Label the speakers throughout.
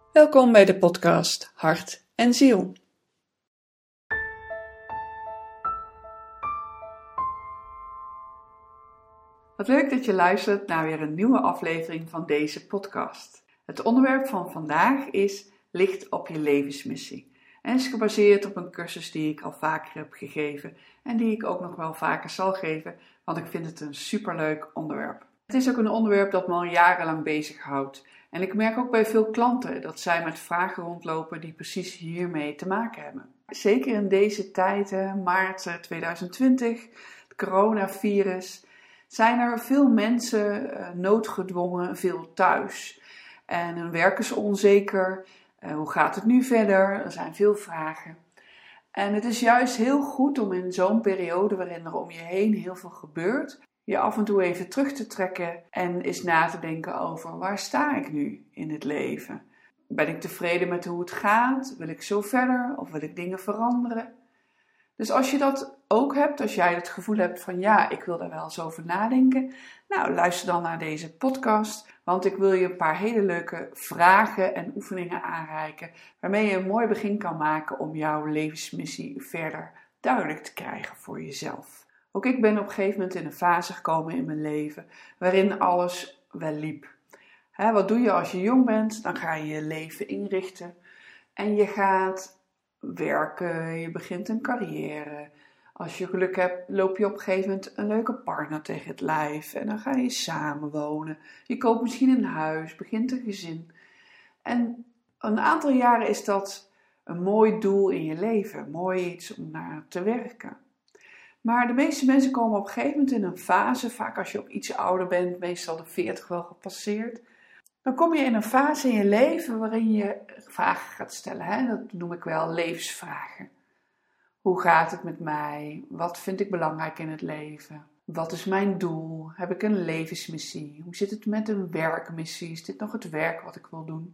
Speaker 1: Welkom bij de podcast Hart en Ziel. Wat leuk dat je luistert naar weer een nieuwe aflevering van deze podcast. Het onderwerp van vandaag is licht op je levensmissie. En is gebaseerd op een cursus die ik al vaker heb gegeven en die ik ook nog wel vaker zal geven, want ik vind het een superleuk onderwerp. Het is ook een onderwerp dat me al jarenlang bezighoudt. En ik merk ook bij veel klanten dat zij met vragen rondlopen die precies hiermee te maken hebben. Zeker in deze tijden, maart 2020, het coronavirus, zijn er veel mensen noodgedwongen veel thuis. En hun werk is onzeker. Hoe gaat het nu verder? Er zijn veel vragen. En het is juist heel goed om in zo'n periode waarin er om je heen heel veel gebeurt, je af en toe even terug te trekken en eens na te denken over waar sta ik nu in het leven? Ben ik tevreden met hoe het gaat? Wil ik zo verder of wil ik dingen veranderen? Dus als je dat ook hebt, als jij het gevoel hebt van ja, ik wil daar wel eens over nadenken, nou luister dan naar deze podcast, want ik wil je een paar hele leuke vragen en oefeningen aanreiken waarmee je een mooi begin kan maken om jouw levensmissie verder duidelijk te krijgen voor jezelf. Ook ik ben op een gegeven moment in een fase gekomen in mijn leven waarin alles wel liep. Wat doe je als je jong bent? Dan ga je je leven inrichten en je gaat werken, je begint een carrière. Als je geluk hebt, loop je op een gegeven moment een leuke partner tegen het lijf en dan ga je samenwonen. Je koopt misschien een huis, begint een gezin. En een aantal jaren is dat een mooi doel in je leven, mooi iets om naar te werken. Maar de meeste mensen komen op een gegeven moment in een fase, vaak als je ook iets ouder bent, meestal de 40 wel gepasseerd. Dan kom je in een fase in je leven waarin je vragen gaat stellen. Dat noem ik wel levensvragen. Hoe gaat het met mij? Wat vind ik belangrijk in het leven? Wat is mijn doel? Heb ik een levensmissie? Hoe zit het met een werkmissie? Is dit nog het werk wat ik wil doen?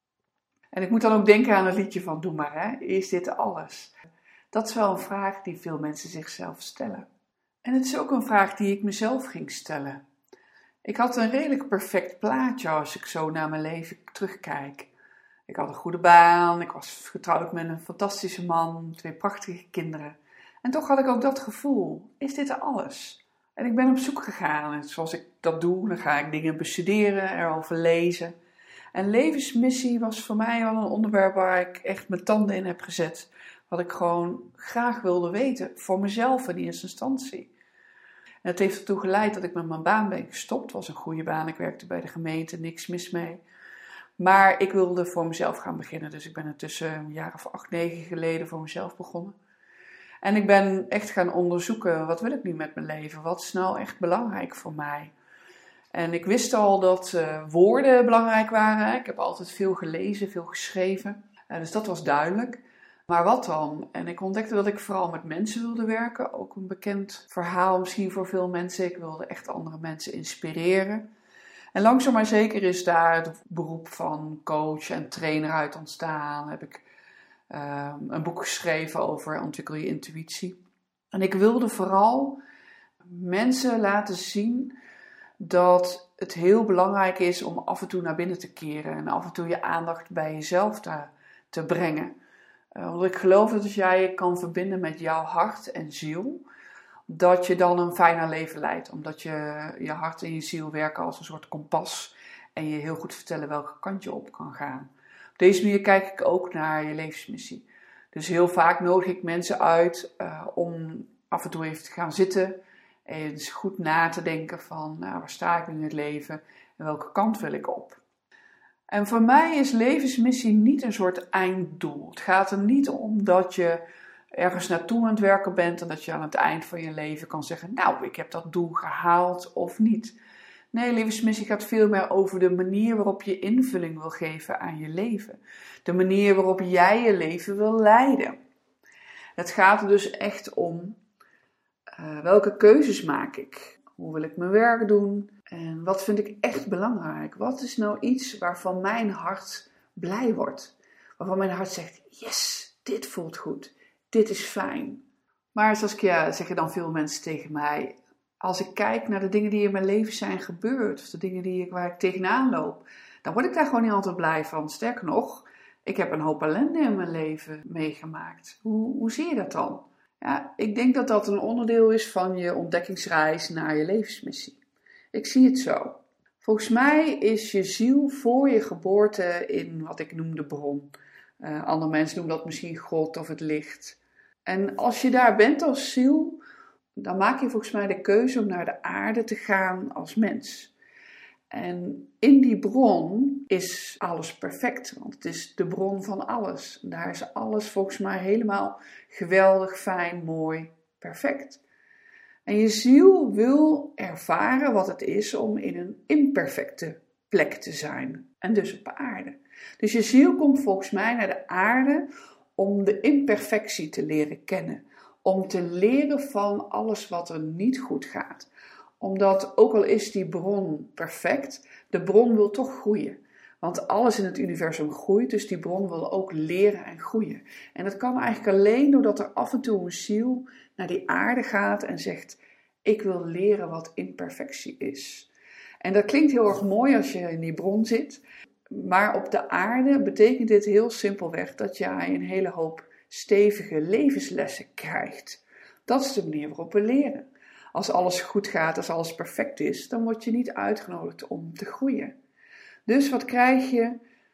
Speaker 1: En ik moet dan ook denken aan het liedje van Doe maar, is dit alles? Dat is wel een vraag die veel mensen zichzelf stellen. En het is ook een vraag die ik mezelf ging stellen. Ik had een redelijk perfect plaatje als ik zo naar mijn leven terugkijk. Ik had een goede baan, ik was getrouwd met een fantastische man, 2 prachtige kinderen. En toch had ik ook dat gevoel, is dit alles? En ik ben op zoek gegaan en zoals ik dat doe, dan ga ik dingen bestuderen, erover lezen. En levensmissie was voor mij al een onderwerp waar ik echt mijn tanden in heb gezet. Wat ik gewoon graag wilde weten, voor mezelf in eerste instantie. En het heeft ertoe geleid dat ik met mijn baan ben gestopt. Het was een goede baan, ik werkte bij de gemeente, niks mis mee. Maar ik wilde voor mezelf gaan beginnen, dus ik ben intussen een jaar of 8, 9 geleden voor mezelf begonnen. En ik ben echt gaan onderzoeken, wat wil ik nu met mijn leven? Wat is nou echt belangrijk voor mij? En ik wist al dat woorden belangrijk waren. Ik heb altijd veel gelezen, veel geschreven. Dus dat was duidelijk. Maar wat dan? En ik ontdekte dat ik vooral met mensen wilde werken. Ook een bekend verhaal misschien voor veel mensen. Ik wilde echt andere mensen inspireren. En langzaam maar zeker is daar het beroep van coach en trainer uit ontstaan. Heb ik een boek geschreven over ontwikkel je intuïtie. En ik wilde vooral mensen laten zien dat het heel belangrijk is om af en toe naar binnen te keren. En af en toe je aandacht bij jezelf te brengen. Want ik geloof dat als jij je kan verbinden met jouw hart en ziel, dat je dan een fijner leven leidt. Omdat je hart en je ziel werken als een soort kompas en je heel goed vertellen welke kant je op kan gaan. Op deze manier kijk ik ook naar je levensmissie. Dus heel vaak nodig ik mensen uit om af en toe even te gaan zitten en eens goed na te denken van waar sta ik nu in het leven en welke kant wil ik op. En voor mij is levensmissie niet een soort einddoel. Het gaat er niet om dat je ergens naartoe aan het werken bent en dat je aan het eind van je leven kan zeggen, nou, ik heb dat doel gehaald of niet. Nee, levensmissie gaat veel meer over de manier waarop je invulling wil geven aan je leven. De manier waarop jij je leven wil leiden. Het gaat er dus echt om welke keuzes maak ik? Hoe wil ik mijn werk doen? En wat vind ik echt belangrijk? Wat is nou iets waarvan mijn hart blij wordt? Waarvan mijn hart zegt, yes, dit voelt goed. Dit is fijn. Maar Saskia, zeggen dan veel mensen tegen mij, als ik kijk naar de dingen die in mijn leven zijn gebeurd, of de dingen waar ik tegenaan loop, dan word ik daar gewoon niet altijd blij van. Sterker nog, ik heb een hoop ellende in mijn leven meegemaakt. Hoe zie je dat dan? Ja, ik denk dat dat een onderdeel is van je ontdekkingsreis naar je levensmissie. Ik zie het zo. Volgens mij is je ziel voor je geboorte in wat ik noem de bron. Andere mensen noemen dat misschien God of het licht. En als je daar bent als ziel, dan maak je volgens mij de keuze om naar de aarde te gaan als mens. En in die bron is alles perfect, want het is de bron van alles. Daar is alles volgens mij helemaal geweldig, fijn, mooi, perfect. En je ziel wil ervaren wat het is om in een imperfecte plek te zijn. En dus op aarde. Dus je ziel komt volgens mij naar de aarde om de imperfectie te leren kennen. Om te leren van alles wat er niet goed gaat. Omdat, ook al is die bron perfect, de bron wil toch groeien. Want alles in het universum groeit, dus die bron wil ook leren en groeien. En dat kan eigenlijk alleen doordat er af en toe een ziel naar die aarde gaat en zegt: ik wil leren wat imperfectie is. En dat klinkt heel erg mooi als je in die bron zit. Maar op de aarde betekent dit heel simpelweg dat jij een hele hoop stevige levenslessen krijgt. Dat is de manier waarop we leren. Als alles goed gaat, als alles perfect is, dan word je niet uitgenodigd om te groeien. Dus wat krijg je?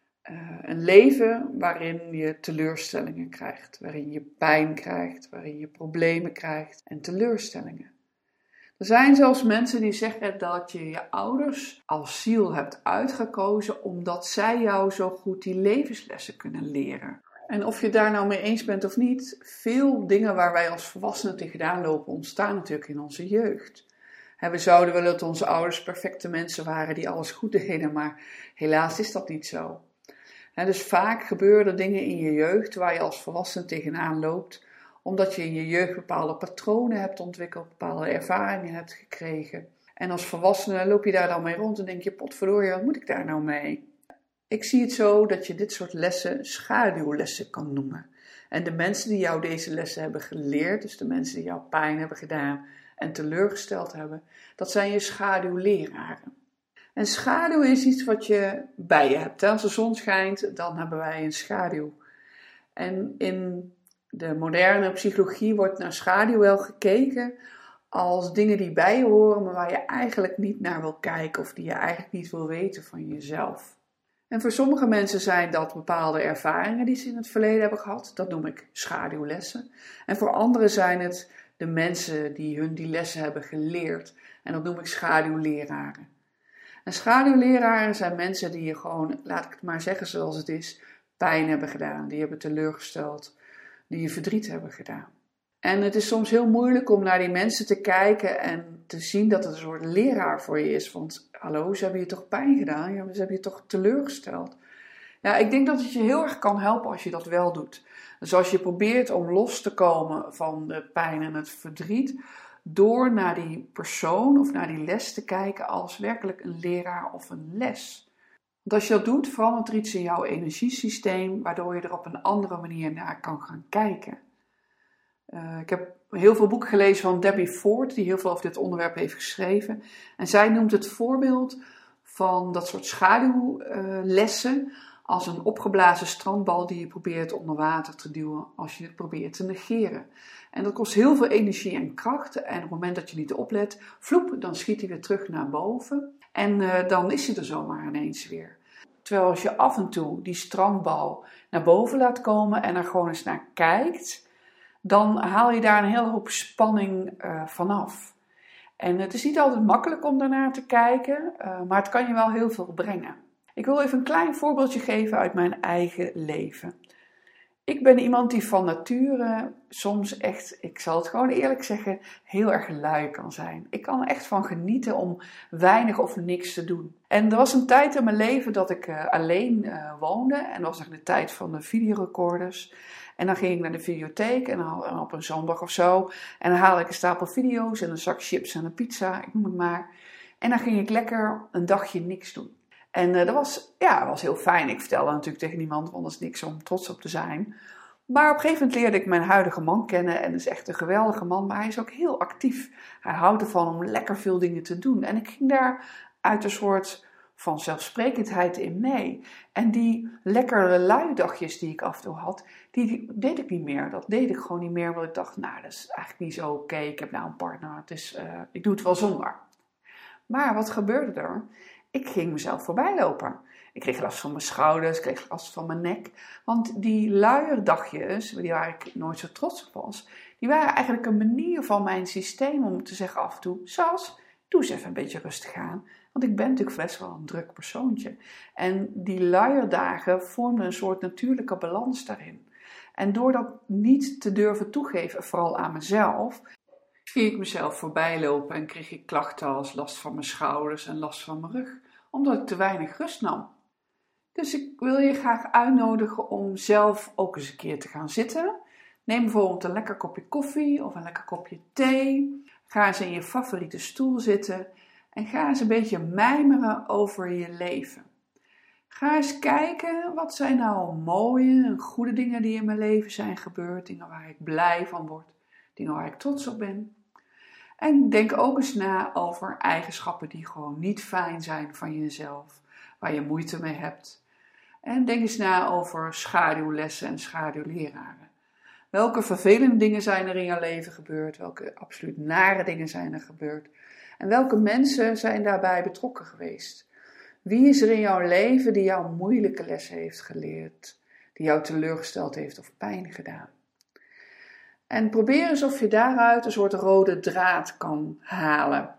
Speaker 1: Een leven waarin je teleurstellingen krijgt, waarin je pijn krijgt, waarin je problemen krijgt en teleurstellingen. Er zijn zelfs mensen die zeggen dat je je ouders als ziel hebt uitgekozen omdat zij jou zo goed die levenslessen kunnen leren. En of je daar nou mee eens bent of niet, veel dingen waar wij als volwassenen tegenaan lopen ontstaan natuurlijk in onze jeugd. We zouden willen dat onze ouders perfecte mensen waren die alles goed deden, maar helaas is dat niet zo. Dus vaak gebeuren er dingen in je jeugd waar je als volwassene tegenaan loopt, omdat je in je jeugd bepaalde patronen hebt ontwikkeld, bepaalde ervaringen hebt gekregen. En als volwassene loop je daar dan mee rond en denk je: potverdorie, wat moet ik daar nou mee? Ik zie het zo dat je dit soort lessen schaduwlessen kan noemen. En de mensen die jou deze lessen hebben geleerd, dus de mensen die jou pijn hebben gedaan en teleurgesteld hebben, dat zijn je schaduwleraren. En schaduw is iets wat je bij je hebt. Als de zon schijnt, dan hebben wij een schaduw. En in de moderne psychologie wordt naar schaduw wel gekeken als dingen die bij je horen, maar waar je eigenlijk niet naar wil kijken of die je eigenlijk niet wil weten van jezelf. En voor sommige mensen zijn dat bepaalde ervaringen die ze in het verleden hebben gehad. Dat noem ik schaduwlessen. En voor anderen zijn het de mensen die hun die lessen hebben geleerd. En dat noem ik schaduwleraren. En schaduwleraren zijn mensen die je gewoon, laat ik het maar zeggen zoals het is, pijn hebben gedaan. Die hebben teleurgesteld, die je verdriet hebben gedaan. En het is soms heel moeilijk om naar die mensen te kijken en te zien dat het een soort leraar voor je is. Want hallo, ze hebben je toch pijn gedaan? Ja, ze hebben je toch teleurgesteld? Ja, ik denk dat het je heel erg kan helpen als je dat wel doet. Dus als je probeert om los te komen van de pijn en het verdriet, door naar die persoon of naar die les te kijken als werkelijk een leraar of een les. Want als je dat doet, verandert er iets in jouw energiesysteem, waardoor je er op een andere manier naar kan gaan kijken. Ik heb heel veel boeken gelezen van Debbie Ford, die heel veel over dit onderwerp heeft geschreven. En zij noemt het voorbeeld van dat soort schaduwlessen als een opgeblazen strandbal die je probeert onder water te duwen als je het probeert te negeren. En dat kost heel veel energie en kracht. En op het moment dat je niet oplet, vloep, dan schiet hij weer terug naar boven. En dan is hij er zomaar ineens weer. Terwijl als je af en toe die strandbal naar boven laat komen en er gewoon eens naar kijkt, dan haal je daar een hele hoop spanning vanaf. En het is niet altijd makkelijk om daarnaar te kijken, maar het kan je wel heel veel brengen. Ik wil even een klein voorbeeldje geven uit mijn eigen leven. Ik ben iemand die van nature soms echt, ik zal het gewoon eerlijk zeggen, heel erg lui kan zijn. Ik kan er echt van genieten om weinig of niks te doen. En er was een tijd in mijn leven dat ik alleen woonde. En dat was nog de tijd van de videorecorders. En dan ging ik naar de videotheek en op een zondag of zo. En dan haalde ik een stapel video's en een zak chips en een pizza, ik noem het maar. En dan ging ik lekker een dagje niks doen. En dat was heel fijn. Ik vertelde natuurlijk tegen niemand, want dat is niks om trots op te zijn. Maar op een gegeven moment leerde ik mijn huidige man kennen. En dat is echt een geweldige man, maar hij is ook heel actief. Hij houdt ervan om lekker veel dingen te doen. En ik ging daar uit een soort vanzelfsprekendheid in mee. En die lekkere luidagjes die ik af en toe had, die deed ik niet meer. Dat deed ik gewoon niet meer, omdat ik dacht, nou, dat is eigenlijk niet zo oké. Ik heb nou een partner, dus ik doe het wel zonder. Maar wat gebeurde er? Ik ging mezelf voorbij lopen. Ik kreeg last van mijn schouders, ik kreeg last van mijn nek. Want die luierdagjes, waar ik nooit zo trots op was, die waren eigenlijk een manier van mijn systeem om te zeggen af en toe, Sas, doe eens even een beetje rustig aan. Want ik ben natuurlijk best wel een druk persoontje. En die luierdagen vormden een soort natuurlijke balans daarin. En door dat niet te durven toegeven, vooral aan mezelf, ging ik mezelf voorbij lopen en kreeg ik klachten als last van mijn schouders en last van mijn rug, omdat ik te weinig rust nam. Dus ik wil je graag uitnodigen om zelf ook eens een keer te gaan zitten. Neem bijvoorbeeld een lekker kopje koffie of een lekker kopje thee. Ga eens in je favoriete stoel zitten en ga eens een beetje mijmeren over je leven. Ga eens kijken, wat zijn nou mooie en goede dingen die in mijn leven zijn gebeurd, dingen waar ik blij van word, dingen waar ik trots op ben. En denk ook eens na over eigenschappen die gewoon niet fijn zijn van jezelf, waar je moeite mee hebt. En denk eens na over schaduwlessen en schaduwleraren. Welke vervelende dingen zijn er in jouw leven gebeurd? Welke absoluut nare dingen zijn er gebeurd? En welke mensen zijn daarbij betrokken geweest? Wie is er in jouw leven die jou moeilijke lessen heeft geleerd? Die jou teleurgesteld heeft of pijn gedaan? En probeer eens of je daaruit een soort rode draad kan halen.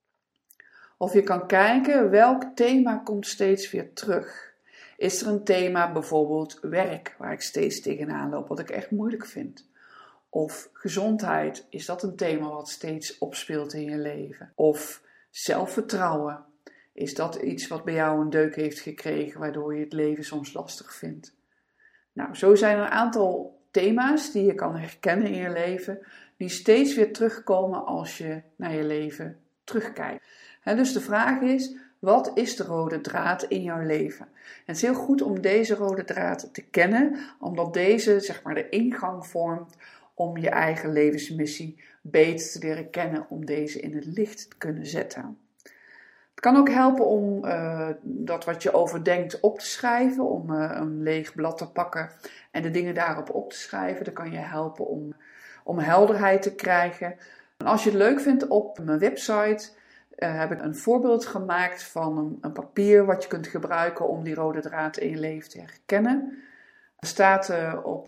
Speaker 1: Of je kan kijken welk thema komt steeds weer terug. Is er een thema, bijvoorbeeld werk, waar ik steeds tegenaan loop, wat ik echt moeilijk vind? Of gezondheid, is dat een thema wat steeds opspeelt in je leven? Of zelfvertrouwen, is dat iets wat bij jou een deuk heeft gekregen, waardoor je het leven soms lastig vindt? Nou, zo zijn er een aantal thema's die je kan herkennen in je leven, die steeds weer terugkomen als je naar je leven terugkijkt. Dus de vraag is, wat is de rode draad in jouw leven? En het is heel goed om deze rode draad te kennen, omdat deze zeg maar de ingang vormt om je eigen levensmissie beter te leren kennen, om deze in het licht te kunnen zetten. Het kan ook helpen om dat wat je overdenkt op te schrijven, om een leeg blad te pakken en de dingen daarop op te schrijven. Dat kan je helpen om helderheid te krijgen. En als je het leuk vindt, op mijn website heb ik een voorbeeld gemaakt van een papier wat je kunt gebruiken om die rode draad in je leven te herkennen. Er staat op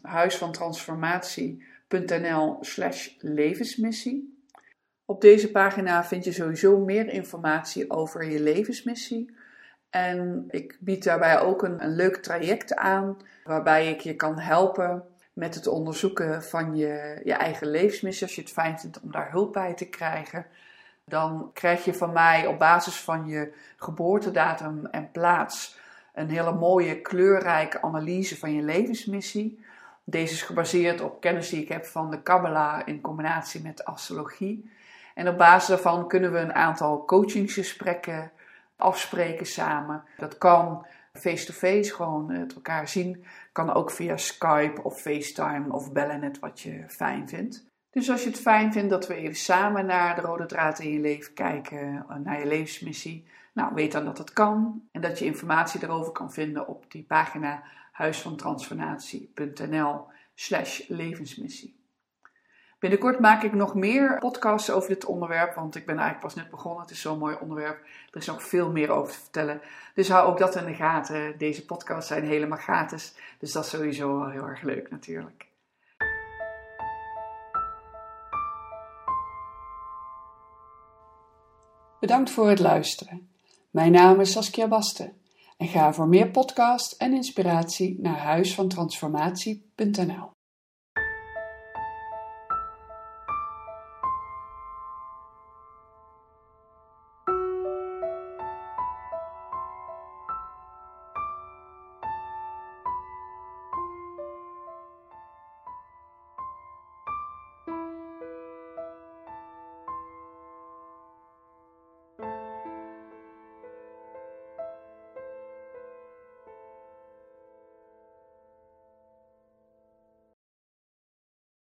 Speaker 1: huisvantransformatie.nl/levensmissie. Op deze pagina vind je sowieso meer informatie over je levensmissie. En ik bied daarbij ook een leuk traject aan, waarbij ik je kan helpen met het onderzoeken van je eigen levensmissie. Als je het fijn vindt om daar hulp bij te krijgen, dan krijg je van mij op basis van je geboortedatum en plaats een hele mooie kleurrijke analyse van je levensmissie. Deze is gebaseerd op kennis die ik heb van de Kabbala in combinatie met astrologie. En op basis daarvan kunnen we een aantal coachingsgesprekken afspreken samen. Dat kan face-to-face, gewoon het elkaar zien. Kan ook via Skype of FaceTime of bellen, net wat je fijn vindt. Dus als je het fijn vindt dat we even samen naar de rode draad in je leven kijken, naar je levensmissie, nou, weet dan dat het kan. En dat je informatie daarover kan vinden op die pagina huisvantransformatie.nl/levensmissie. Binnenkort maak ik nog meer podcasts over dit onderwerp, want ik ben eigenlijk pas net begonnen. Het is zo'n mooi onderwerp. Er is nog veel meer over te vertellen. Dus hou ook dat in de gaten. Deze podcasts zijn helemaal gratis, dus dat is sowieso wel heel erg leuk natuurlijk. Bedankt voor het luisteren. Mijn naam is Saskia Basten en ga voor meer podcast en inspiratie naar huisvantransformatie.nl.